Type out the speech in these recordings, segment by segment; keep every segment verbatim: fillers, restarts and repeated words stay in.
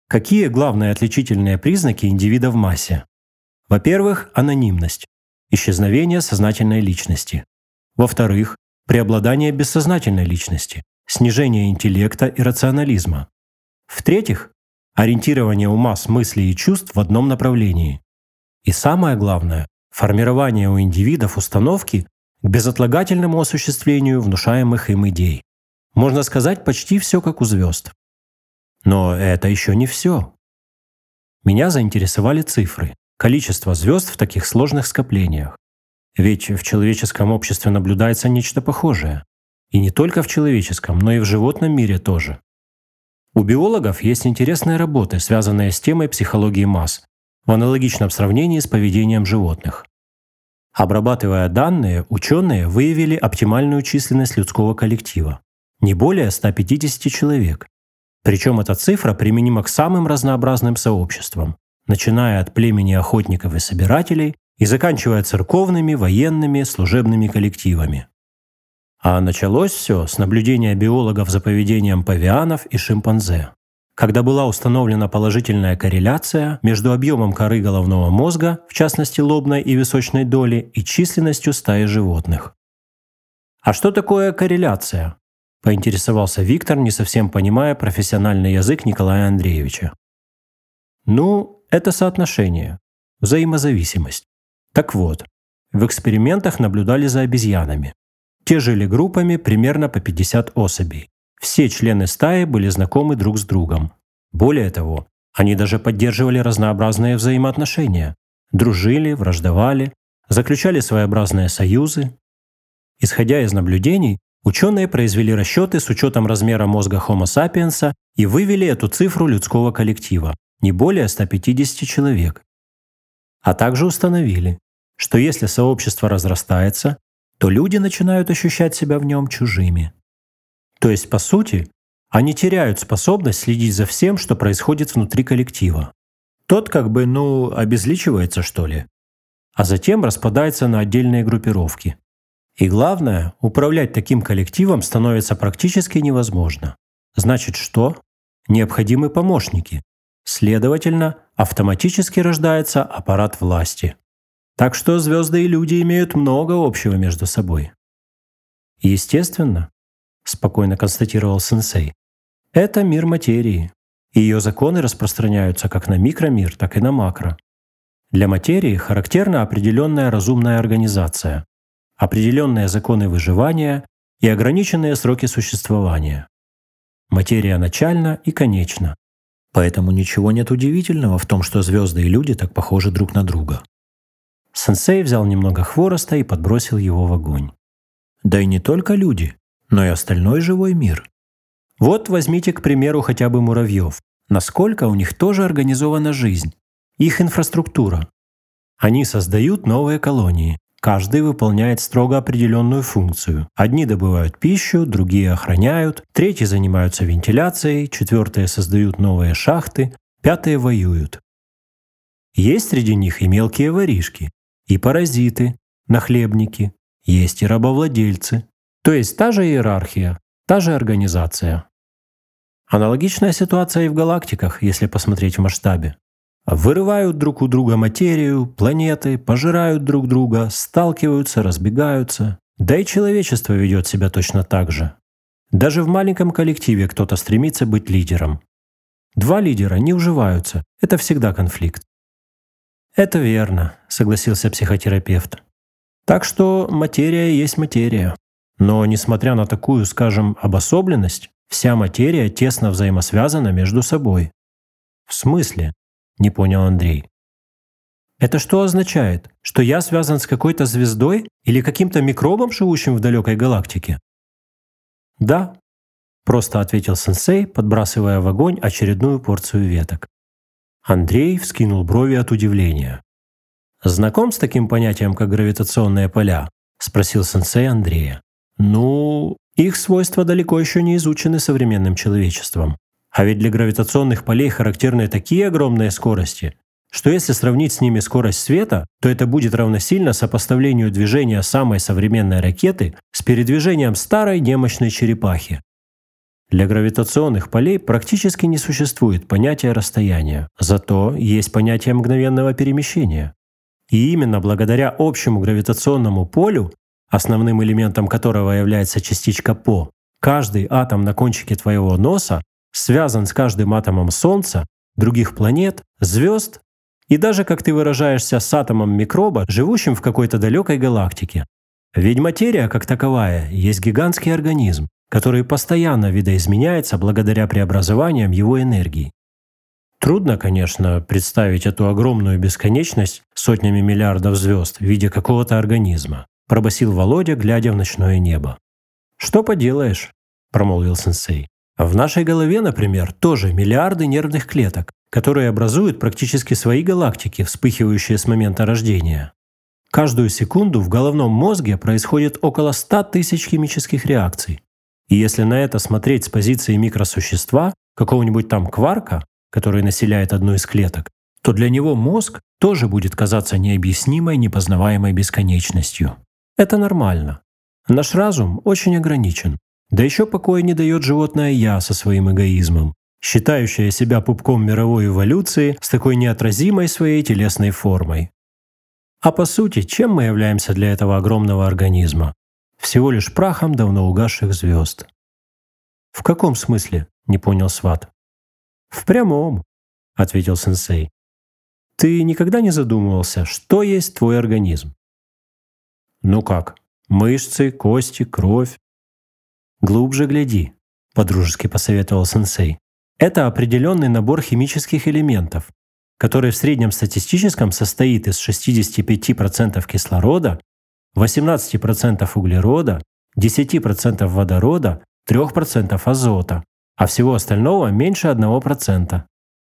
Какие главные отличительные признаки индивида в массе? Во-первых, анонимность, исчезновение сознательной личности. Во-вторых, преобладание бессознательной личности, снижение интеллекта и рационализма. В-третьих, ориентирование ума с мыслей и чувств в одном направлении. И самое главное, формирование у индивидов установки к безотлагательному осуществлению внушаемых им идей. Можно сказать, почти все как у звезд. Но это еще не все. Меня заинтересовали цифры, количество звезд в таких сложных скоплениях. Ведь в человеческом обществе наблюдается нечто похожее. И не только в человеческом, но и в животном мире тоже. У биологов есть интересные работы, связанные с темой психологии масс, в аналогичном сравнении с поведением животных. Обрабатывая данные, ученые выявили оптимальную численность людского коллектива – не более ста пятидесяти человек. Причем эта цифра применима к самым разнообразным сообществам, начиная от племени охотников и собирателей и заканчивая церковными, военными, служебными коллективами. А началось все с наблюдения биологов за поведением павианов и шимпанзе, когда была установлена положительная корреляция между объемом коры головного мозга, в частности лобной и височной доли, и численностью стаи животных. А что такое корреляция? Поинтересовался Виктор, не совсем понимая профессиональный язык Николая Андреевича. Ну, это соотношение, взаимозависимость. Так вот, в экспериментах наблюдали за обезьянами. Те жили группами примерно по пятьдесят особей. Все члены стаи были знакомы друг с другом. Более того, они даже поддерживали разнообразные взаимоотношения. Дружили, враждовали, заключали своеобразные союзы. Исходя из наблюдений, ученые произвели расчеты с учетом размера мозга Homo sapiens и вывели эту цифру людского коллектива – не более ста пятидесяти человек. А также установили, что если сообщество разрастается, то люди начинают ощущать себя в нем чужими. То есть, по сути, они теряют способность следить за всем, что происходит внутри коллектива. Тот как бы, ну, обезличивается, что ли, а затем распадается на отдельные группировки. И главное, управлять таким коллективом становится практически невозможно. Значит, что? Необходимы помощники. Следовательно, автоматически рождается аппарат власти. Так что звезды и люди имеют много общего между собой. Естественно, спокойно констатировал сенсей, это мир материи. И ее законы распространяются как на микромир, так и на макро. Для материи характерна определенная разумная организация, определенные законы выживания и ограниченные сроки существования. Материя начальна и конечна. Поэтому ничего нет удивительного в том, что звезды и люди так похожи друг на друга. Сенсей взял немного хвороста и подбросил его в огонь. Да и не только люди, но и остальной живой мир. Вот возьмите, к примеру, хотя бы муравьев. Насколько у них тоже организована жизнь, их инфраструктура. Они создают новые колонии. Каждый выполняет строго определенную функцию. Одни добывают пищу, другие охраняют, третьи занимаются вентиляцией, четвертые создают новые шахты, пятые воюют. Есть среди них и мелкие воришки, и паразиты, нахлебники, есть и рабовладельцы. То есть та же иерархия, та же организация. Аналогичная ситуация и в галактиках, если посмотреть в масштабе. Вырывают друг у друга материю, планеты, пожирают друг друга, сталкиваются, разбегаются. Да и человечество ведет себя точно так же. Даже в маленьком коллективе кто-то стремится быть лидером. Два лидера не уживаются, это всегда конфликт. Это верно, согласился психотерапевт. Так что материя есть материя. Но несмотря на такую, скажем, обособленность, вся материя тесно взаимосвязана между собой. В смысле? Не понял Андрей. Это что означает? Что я связан с какой-то звездой или каким-то микробом, живущим в далекой галактике? Да, просто ответил сенсей, подбрасывая в огонь очередную порцию веток. Андрей вскинул брови от удивления. «Знаком с таким понятием, как гравитационные поля?» – спросил сенсей Андрея. «Ну, их свойства далеко еще не изучены современным человечеством. А ведь для гравитационных полей характерны такие огромные скорости, что если сравнить с ними скорость света, то это будет равносильно сопоставлению движения самой современной ракеты с передвижением старой немощной черепахи. Для гравитационных полей практически не существует понятия расстояния, зато есть понятие мгновенного перемещения. И именно благодаря общему гравитационному полю, основным элементом которого является частичка По, каждый атом на кончике твоего носа связан с каждым атомом Солнца, других планет, звезд и даже, как ты выражаешься, с атомом микроба, живущим в какой-то далекой галактике. Ведь материя, как таковая, есть гигантский организм, который постоянно видоизменяется благодаря преобразованиям его энергии. Трудно, конечно, представить эту огромную бесконечность сотнями миллиардов звезд в виде какого-то организма, пробасил Володя, глядя в ночное небо. «Что поделаешь?» – промолвил сенсей. «В нашей голове, например, тоже миллиарды нервных клеток, которые образуют практически свои галактики, вспыхивающие с момента рождения. Каждую секунду в головном мозге происходит около ста тысяч химических реакций. И если на это смотреть с позиции микросущества, какого-нибудь там кварка, который населяет одну из клеток, то для него мозг тоже будет казаться необъяснимой, непознаваемой бесконечностью. Это нормально. Наш разум очень ограничен. Да еще покоя не дает животное «я» со своим эгоизмом, считающее себя пупком мировой эволюции с такой неотразимой своей телесной формой. А по сути, чем мы являемся для этого огромного организма? Всего лишь прахом давно угасших звезд. «В каком смысле?» — не понял сват. «В прямом», — ответил сенсей. «Ты никогда не задумывался, что есть твой организм?» «Ну как? Мышцы, кости, кровь?» «Глубже гляди», — подружески посоветовал сенсей. «Это определенный набор химических элементов, который в среднем статистическом состоит из шестидесяти пяти процентов кислорода, восемнадцати процентов углерода, десяти процентов водорода, трёх процентов азота, а всего остального меньше одного процента.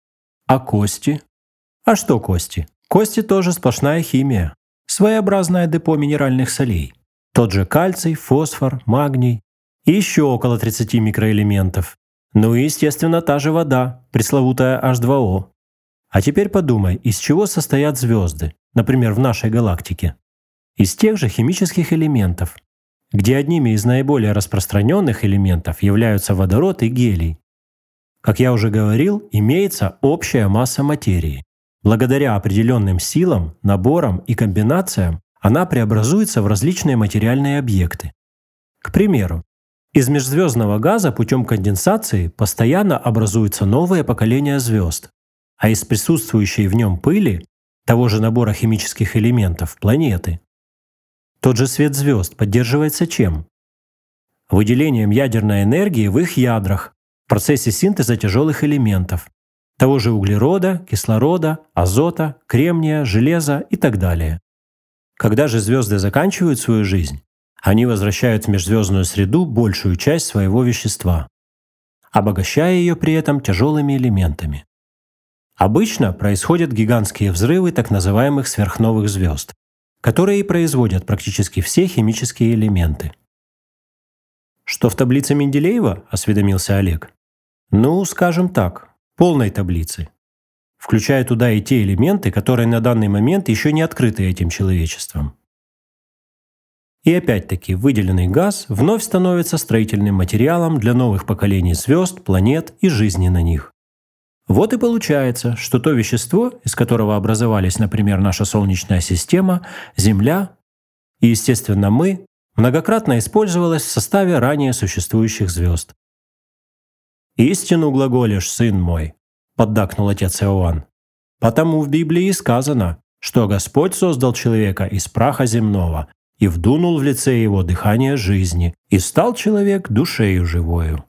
А кости? А что кости? Кости тоже сплошная химия. Своеобразное депо минеральных солей. Тот же кальций, фосфор, магний и еще около тридцати микроэлементов. Ну и, естественно, та же вода, пресловутая эйч два о. А теперь подумай, из чего состоят звезды, например, в нашей галактике. Из тех же химических элементов, где одними из наиболее распространенных элементов являются водород и гелий. Как я уже говорил, имеется общая масса материи. Благодаря определенным силам, наборам и комбинациям она преобразуется в различные материальные объекты. К примеру, из межзвездного газа путем конденсации постоянно образуется новое поколение звезд, а из присутствующей в нем пыли, того же набора химических элементов, планеты. Тот же свет звезд поддерживается чем? Выделением ядерной энергии в их ядрах в процессе синтеза тяжелых элементов, того же углерода, кислорода, азота, кремния, железа и так далее. Когда же звезды заканчивают свою жизнь, они возвращают в межзвездную среду большую часть своего вещества, обогащая ее при этом тяжелыми элементами. Обычно происходят гигантские взрывы так называемых сверхновых звезд, которые и производят практически все химические элементы. «Что в таблице Менделеева?» – осведомился Олег. «Ну, скажем так, полной таблицы, включая туда и те элементы, которые на данный момент еще не открыты этим человечеством». И опять-таки выделенный газ вновь становится строительным материалом для новых поколений звезд, планет и жизни на них. Вот и получается, что то вещество, из которого образовались, например, наша Солнечная система, Земля и, естественно, мы, многократно использовалось в составе ранее существующих звезд. «Истину глаголишь, сын мой», — поддакнул отец Иоанн. «Потому в Библии сказано, что Господь создал человека из праха земного и вдунул в лице его дыхание жизни, и стал человек душею живою».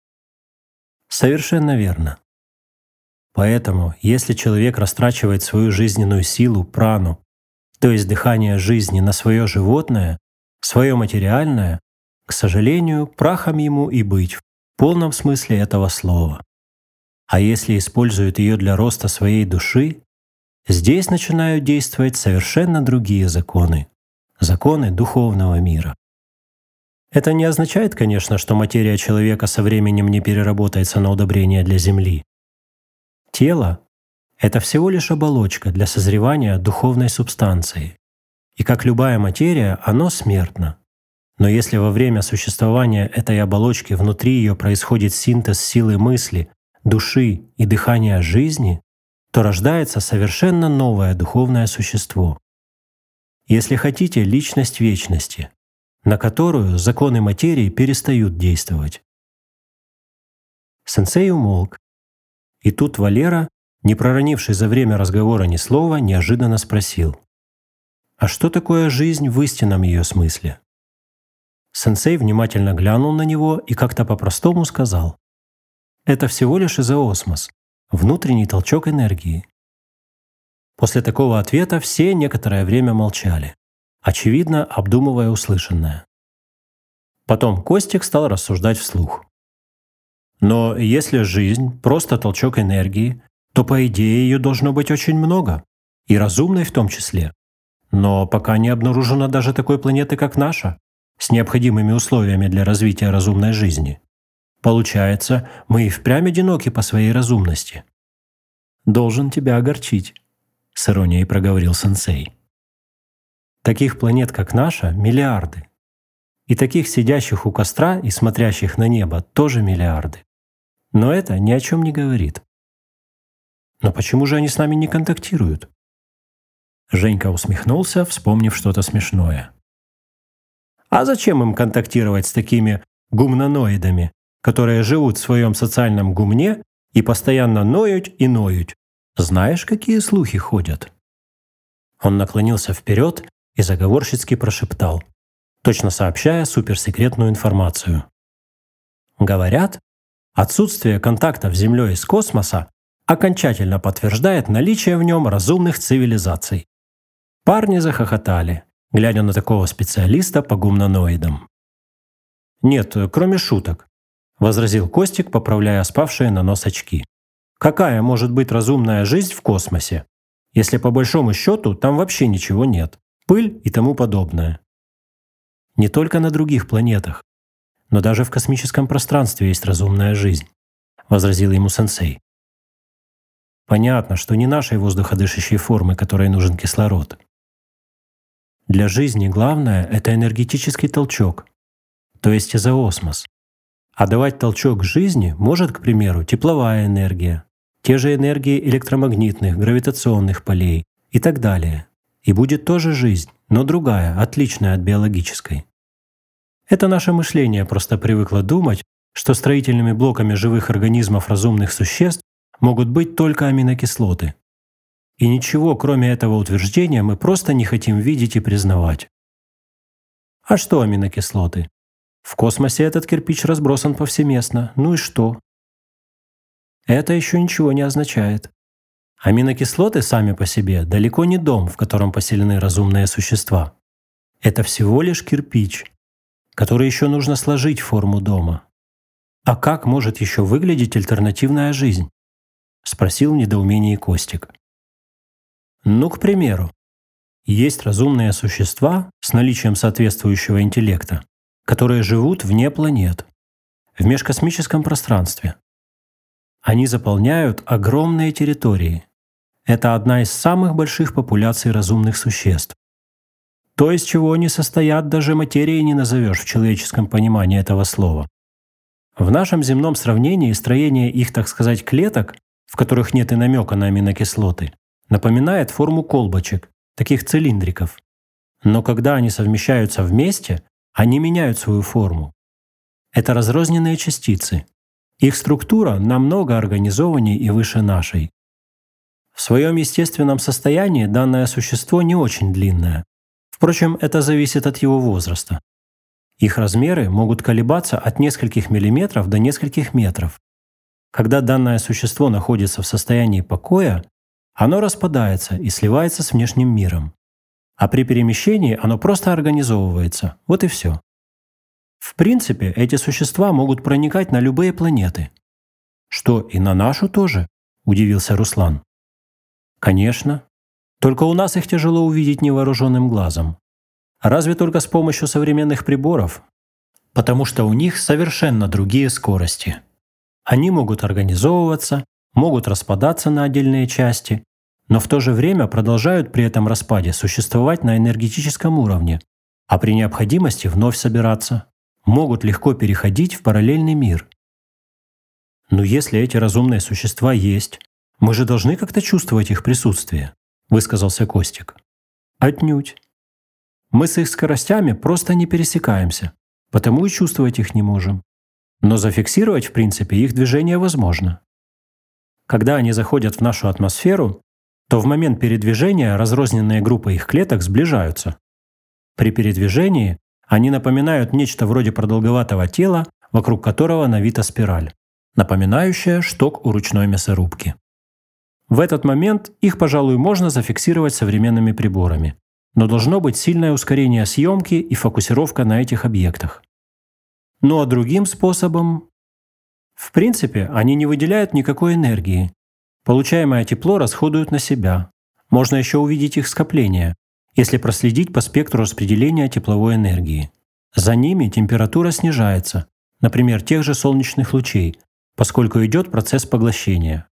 Совершенно верно. Поэтому, если человек растрачивает свою жизненную силу, прану, то есть дыхание жизни, на свое животное, свое материальное, к сожалению, прахом ему и быть в полном смысле этого слова. А если использует ее для роста своей души, здесь начинают действовать совершенно другие законы, законы духовного мира. Это не означает, конечно, что материя человека со временем не переработается на удобрение для Земли. Тело — это всего лишь оболочка для созревания духовной субстанции. И как любая материя, оно смертно. Но если во время существования этой оболочки внутри ее происходит синтез силы мысли, души и дыхания жизни, то рождается совершенно новое духовное существо. Если хотите, личность вечности, на которую законы материи перестают действовать. Сенсей умолк. И тут Валера, не проронивший за время разговора ни слова, неожиданно спросил: «А что такое жизнь в истинном ее смысле?» Сенсей внимательно глянул на него и как-то по-простому сказал: «Это всего лишь изоосмос, внутренний толчок энергии». После такого ответа все некоторое время молчали, очевидно, обдумывая услышанное. Потом Костик стал рассуждать вслух. «Но если жизнь — просто толчок энергии, то, по идее, ее должно быть очень много, и разумной в том числе. Но пока не обнаружено даже такой планеты, как наша, с необходимыми условиями для развития разумной жизни. Получается, мы и впрямь одиноки по своей разумности». «Должен тебя огорчить», — с иронией проговорил сенсей. «Таких планет, как наша, миллиарды. И таких сидящих у костра и смотрящих на небо тоже миллиарды. Но это ни о чем не говорит». «Но почему же они с нами не контактируют?» Женька усмехнулся, вспомнив что-то смешное. «А зачем им контактировать с такими гумноноидами, которые живут в своем социальном гумне и постоянно ноют и ноют? Знаешь, какие слухи ходят?» Он наклонился вперед и заговорщицки прошептал, точно сообщая суперсекретную информацию. «Говорят, отсутствие контактов с Землей из космоса окончательно подтверждает наличие в нем разумных цивилизаций». Парни захохотали, глядя на такого специалиста по гумноноидам. «Нет, кроме шуток», — возразил Костик, поправляя спавшие на нос очки. «Какая может быть разумная жизнь в космосе, если по большому счету там вообще ничего нет, пыль и тому подобное?» «Не только на других планетах, но даже в космическом пространстве есть разумная жизнь», — возразил ему сенсей. «Понятно, что не нашей воздуходышащей формы, которой нужен кислород. Для жизни главное — это энергетический толчок, то есть изоосмос. А давать толчок жизни может, к примеру, тепловая энергия, те же энергии электромагнитных, гравитационных полей и так далее. И будет тоже жизнь, но другая, отличная от биологической. Это наше мышление просто привыкло думать, что строительными блоками живых организмов разумных существ могут быть только аминокислоты. И ничего, кроме этого утверждения, мы просто не хотим видеть и признавать. А что аминокислоты? В космосе этот кирпич разбросан повсеместно. Ну и что? Это еще ничего не означает. Аминокислоты сами по себе далеко не дом, в котором поселены разумные существа. Это всего лишь кирпич, который еще нужно сложить в форму дома. А как может еще выглядеть альтернативная жизнь? Спросил в недоумении Костик. Ну, к примеру, есть разумные существа с наличием соответствующего интеллекта, которые живут вне планет, в межкосмическом пространстве. Они заполняют огромные территории. Это одна из самых больших популяций разумных существ. То, из чего они состоят, даже материей не назовешь в человеческом понимании этого слова. В нашем земном сравнении строение их, так сказать, клеток, в которых нет и намека на аминокислоты, напоминает форму колбочек, таких цилиндриков. Но когда они совмещаются вместе, они меняют свою форму. Это разрозненные частицы. Их структура намного организованнее и выше нашей. В своем естественном состоянии данное существо не очень длинное. Впрочем, это зависит от его возраста. Их размеры могут колебаться от нескольких миллиметров до нескольких метров. Когда данное существо находится в состоянии покоя, оно распадается и сливается с внешним миром. А при перемещении оно просто организовывается. Вот и все. В принципе, эти существа могут проникать на любые планеты. «Что, и на нашу тоже?» – удивился Руслан. «Конечно. Только у нас их тяжело увидеть невооруженным глазом. Разве только с помощью современных приборов. Потому что у них совершенно другие скорости. Они могут организовываться, могут распадаться на отдельные части, но в то же время продолжают при этом распаде существовать на энергетическом уровне, а при необходимости вновь собираться, могут легко переходить в параллельный мир. Но если эти разумные существа есть, мы же должны как-то чувствовать их присутствие, высказался Костик. Отнюдь. Мы с их скоростями просто не пересекаемся, потому и чувствовать их не можем. Но зафиксировать, в принципе, их движение возможно. Когда они заходят в нашу атмосферу, то в момент передвижения разрозненные группы их клеток сближаются. При передвижении они напоминают нечто вроде продолговатого тела, вокруг которого навита спираль, напоминающая шток у ручной мясорубки. В этот момент их, пожалуй, можно зафиксировать современными приборами, но должно быть сильное ускорение съемки и фокусировка на этих объектах. Ну а другим способом… В принципе, они не выделяют никакой энергии. Получаемое тепло расходуют на себя. Можно еще увидеть их скопление, если проследить по спектру распределения тепловой энергии. За ними температура снижается, например, тех же солнечных лучей, поскольку идет процесс поглощения.